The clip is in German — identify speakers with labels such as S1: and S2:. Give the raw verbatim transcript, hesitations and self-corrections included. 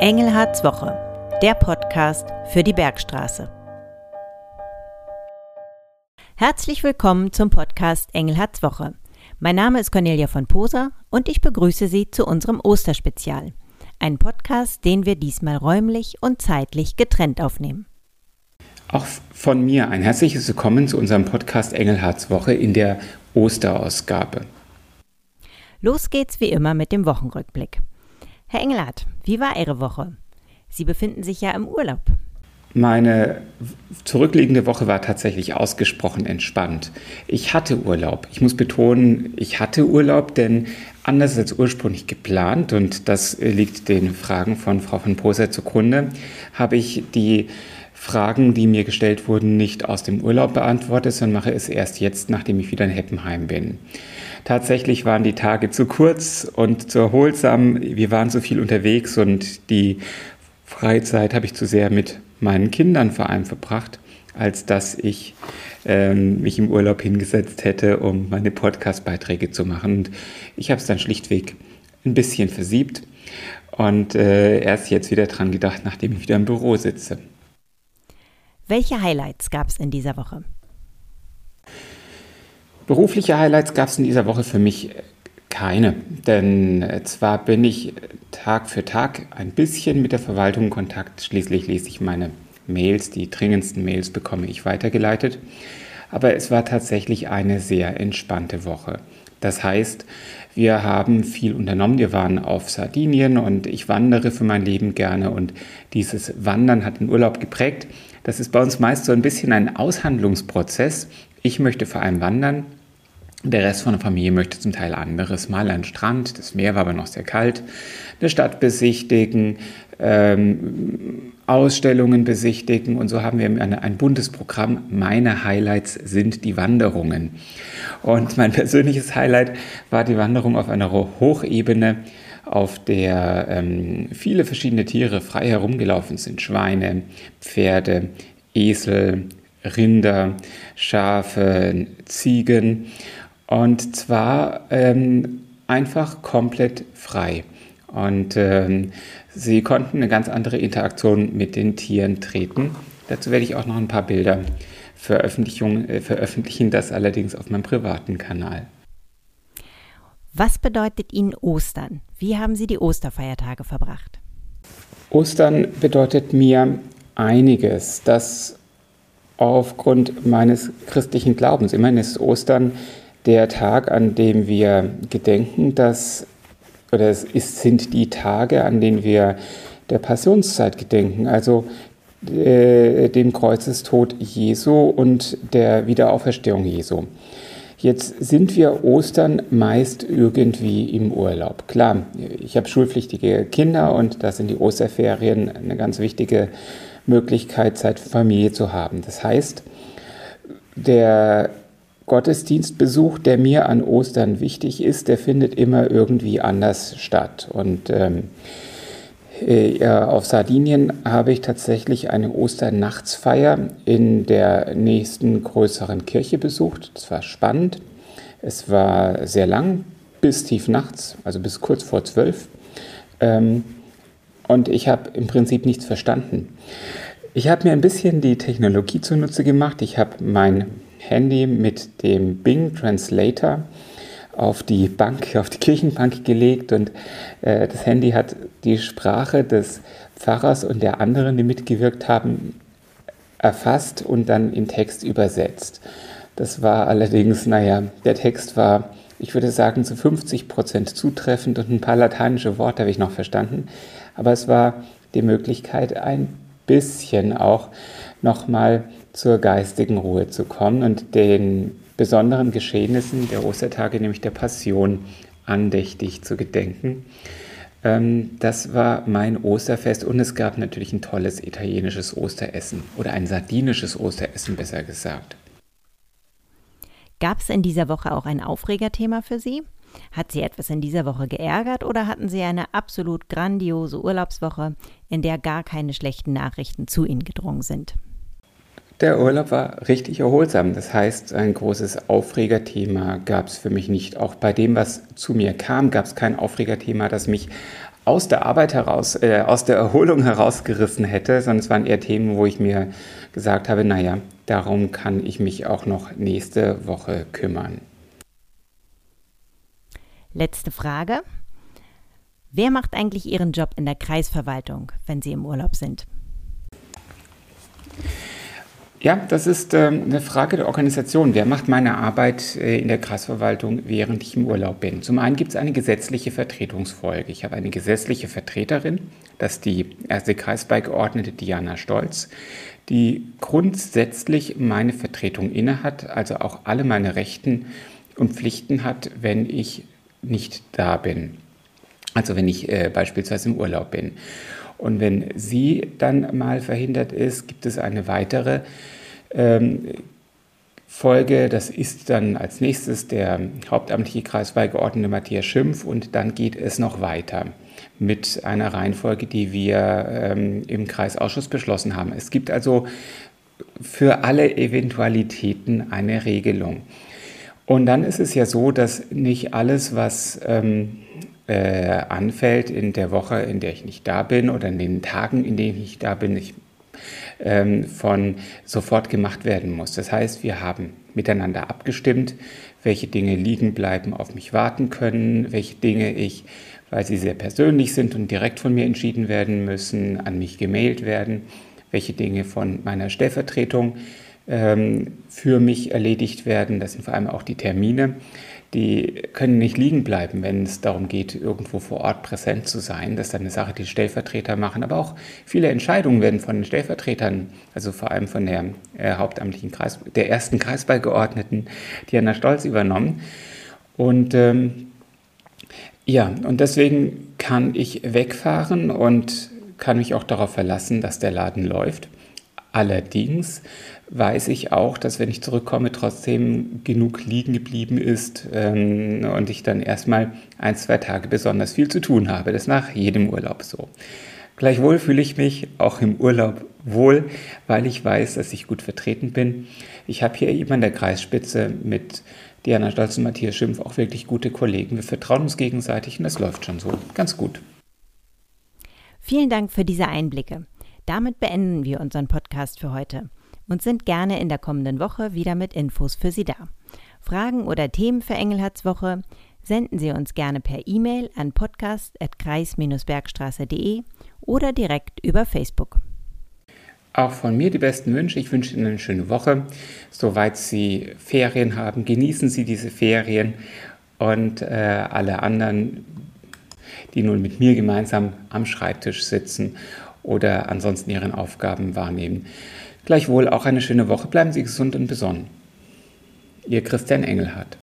S1: Engelhards Woche, der Podcast für die Bergstraße. Herzlich willkommen zum Podcast Engelhards Woche. Mein Name ist Cornelia von Poser und ich begrüße Sie zu unserem Osterspezial. Ein Podcast, den wir diesmal räumlich und zeitlich getrennt aufnehmen.
S2: Auch von mir ein herzliches Willkommen zu unserem Podcast Engelhards Woche in der Osterausgabe.
S1: Los geht's wie immer mit dem Wochenrückblick. Herr Engelhardt, wie war Ihre Woche? Sie befinden sich ja im Urlaub.
S2: Meine zurückliegende Woche war tatsächlich ausgesprochen entspannt. Ich hatte Urlaub. Ich muss betonen, ich hatte Urlaub, denn anders als ursprünglich geplant, und das liegt den Fragen von Frau von Poser zugrunde, habe ich die Fragen, die mir gestellt wurden, nicht aus dem Urlaub beantwortet, sondern mache es erst jetzt, nachdem ich wieder in Heppenheim bin. Tatsächlich waren die Tage zu kurz und zu erholsam. Wir waren so viel unterwegs und die Freizeit habe ich zu sehr mit meinen Kindern vor allem verbracht, als dass ich äh, mich im Urlaub hingesetzt hätte, um meine Podcast-Beiträge zu machen. Und ich habe es dann schlichtweg ein bisschen versiebt und äh, erst jetzt wieder dran gedacht, nachdem ich wieder im Büro sitze.
S1: Welche Highlights gab es in dieser Woche?
S2: Berufliche Highlights gab es in dieser Woche für mich keine, denn zwar bin ich Tag für Tag ein bisschen mit der Verwaltung in Kontakt, schließlich lese ich meine Mails, die dringendsten Mails bekomme ich weitergeleitet, aber es war tatsächlich eine sehr entspannte Woche. Das heißt, wir haben viel unternommen, wir waren auf Sardinien und ich wandere für mein Leben gerne und dieses Wandern hat den Urlaub geprägt. Das ist bei uns meist so ein bisschen ein Aushandlungsprozess. Ich möchte vor allem wandern, der Rest von der Familie möchte zum Teil anderes. Mal an den Strand, das Meer war aber noch sehr kalt, eine Stadt besichtigen, ähm, Ausstellungen besichtigen und so haben wir eine, ein buntes Programm. Meine Highlights sind die Wanderungen. Und mein persönliches Highlight war die Wanderung auf einer Hochebene, auf der ähm, viele verschiedene Tiere frei herumgelaufen sind. Schweine, Pferde, Esel, Rinder, Schafe, Ziegen und zwar ähm, einfach komplett frei. Und ähm, sie konnten eine ganz andere Interaktion mit den Tieren treten. Dazu werde ich auch noch ein paar Bilder veröffentlichen, äh, veröffentlichen, das allerdings auf meinem privaten Kanal.
S1: Was bedeutet Ihnen Ostern? Wie haben Sie die Osterfeiertage verbracht?
S2: Ostern bedeutet mir einiges, das aufgrund meines christlichen Glaubens. Immerhin ist Ostern der Tag, an dem wir gedenken, dass, oder es ist, sind die Tage, an denen wir der Passionszeit gedenken, also äh, dem Kreuzestod Jesu und der Wiederauferstehung Jesu. Jetzt sind wir Ostern meist irgendwie im Urlaub. Klar, ich habe schulpflichtige Kinder und da sind die Osterferien eine ganz wichtige Möglichkeit, Zeit für Familie zu haben. Das heißt, der Gottesdienstbesuch, der mir an Ostern wichtig ist, der findet immer irgendwie anders statt. Und ähm, äh, auf Sardinien habe ich tatsächlich eine Osternachtsfeier in der nächsten größeren Kirche besucht. Das war spannend. Es war sehr lang, bis tief nachts, also bis kurz vor zwölf. Ähm, Und ich habe im Prinzip nichts verstanden. Ich habe mir ein bisschen die Technologie zunutze gemacht. Ich habe mein Handy mit dem Bing Translator auf die Bank, auf die Kirchenbank gelegt und äh, das Handy hat die Sprache des Pfarrers und der anderen, die mitgewirkt haben, erfasst und dann in Text übersetzt. Das war allerdings, naja, der Text war, ich würde sagen, zu fünfzig Prozent zutreffend und ein paar lateinische Worte habe ich noch verstanden. Aber es war die Möglichkeit, ein bisschen auch nochmal zur geistigen Ruhe zu kommen und den besonderen Geschehnissen der Ostertage, nämlich der Passion, andächtig zu gedenken. Das war mein Osterfest und es gab natürlich ein tolles italienisches Osteressen oder ein sardinisches Osteressen, besser gesagt.
S1: Gab es in dieser Woche auch ein Aufregerthema für Sie? Hat Sie etwas in dieser Woche geärgert oder hatten Sie eine absolut grandiose Urlaubswoche, in der gar keine schlechten Nachrichten zu Ihnen gedrungen sind?
S2: Der Urlaub war richtig erholsam. Das heißt, ein großes Aufregerthema gab es für mich nicht. Auch bei dem, was zu mir kam, gab es kein Aufregerthema, das mich aus der Arbeit heraus, äh, aus der Erholung herausgerissen hätte, sondern es waren eher Themen, wo ich mir gesagt habe, naja, darum kann ich mich auch noch nächste Woche kümmern.
S1: Letzte Frage. Wer macht eigentlich Ihren Job in der Kreisverwaltung, wenn Sie im Urlaub sind?
S2: Ja, das ist äh, eine Frage der Organisation. Wer macht meine Arbeit äh, in der Kreisverwaltung, während ich im Urlaub bin? Zum einen gibt es eine gesetzliche Vertretungsfolge. Ich habe eine gesetzliche Vertreterin, das ist die erste Kreisbeigeordnete Diana Stolz, die grundsätzlich meine Vertretung innehat, also auch alle meine Rechten und Pflichten hat, wenn ich nicht da bin. Also wenn ich äh, beispielsweise im Urlaub bin. Und wenn sie dann mal verhindert ist, gibt es eine weitere ähm, Folge. Das ist dann als nächstes der hauptamtliche Kreisbeigeordnete Matthias Schimpf. Und dann geht es noch weiter mit einer Reihenfolge, die wir ähm, im Kreisausschuss beschlossen haben. Es gibt also für alle Eventualitäten eine Regelung. Und dann ist es ja so, dass nicht alles, was ähm, Äh, anfällt in der Woche, in der ich nicht da bin oder in den Tagen, in denen ich nicht da bin, ich, ähm, von sofort gemacht werden muss. Das heißt, wir haben miteinander abgestimmt, welche Dinge liegen bleiben, auf mich warten können, welche Dinge ich, weil sie sehr persönlich sind und direkt von mir entschieden werden müssen, an mich gemailt werden, welche Dinge von meiner Stellvertretung ähm, für mich erledigt werden. Das sind vor allem auch die Termine. Die können nicht liegen bleiben, wenn es darum geht, irgendwo vor Ort präsent zu sein. Das ist eine Sache, die Stellvertreter machen. Aber auch viele Entscheidungen werden von den Stellvertretern, also vor allem von der äh, hauptamtlichen Kreis, der ersten Kreisbeigeordneten Diana Stolz übernommen. Und ähm, ja, und deswegen kann ich wegfahren und kann mich auch darauf verlassen, dass der Laden läuft. Allerdings weiß ich auch, dass wenn ich zurückkomme, trotzdem genug liegen geblieben ist ähm, und ich dann erstmal ein, zwei Tage besonders viel zu tun habe. Das ist nach jedem Urlaub so. Gleichwohl fühle ich mich auch im Urlaub wohl, weil ich weiß, dass ich gut vertreten bin. Ich habe hier eben an der Kreisspitze mit Diana Stolz und Matthias Schimpf auch wirklich gute Kollegen. Wir vertrauen uns gegenseitig und das läuft schon so ganz gut.
S1: Vielen Dank für diese Einblicke. Damit beenden wir unseren Podcast für heute und sind gerne in der kommenden Woche wieder mit Infos für Sie da. Fragen oder Themen für Engelhards Woche senden Sie uns gerne per E-Mail an podcast at kreis bergstraße punkt de oder direkt über Facebook.
S2: Auch von mir die besten Wünsche. Ich wünsche Ihnen eine schöne Woche. Soweit Sie Ferien haben, genießen Sie diese Ferien und äh, alle anderen, die nun mit mir gemeinsam am Schreibtisch sitzen oder ansonsten ihren Aufgaben wahrnehmen. Gleichwohl auch eine schöne Woche. Bleiben Sie gesund und besonnen. Ihr Christian Engelhardt.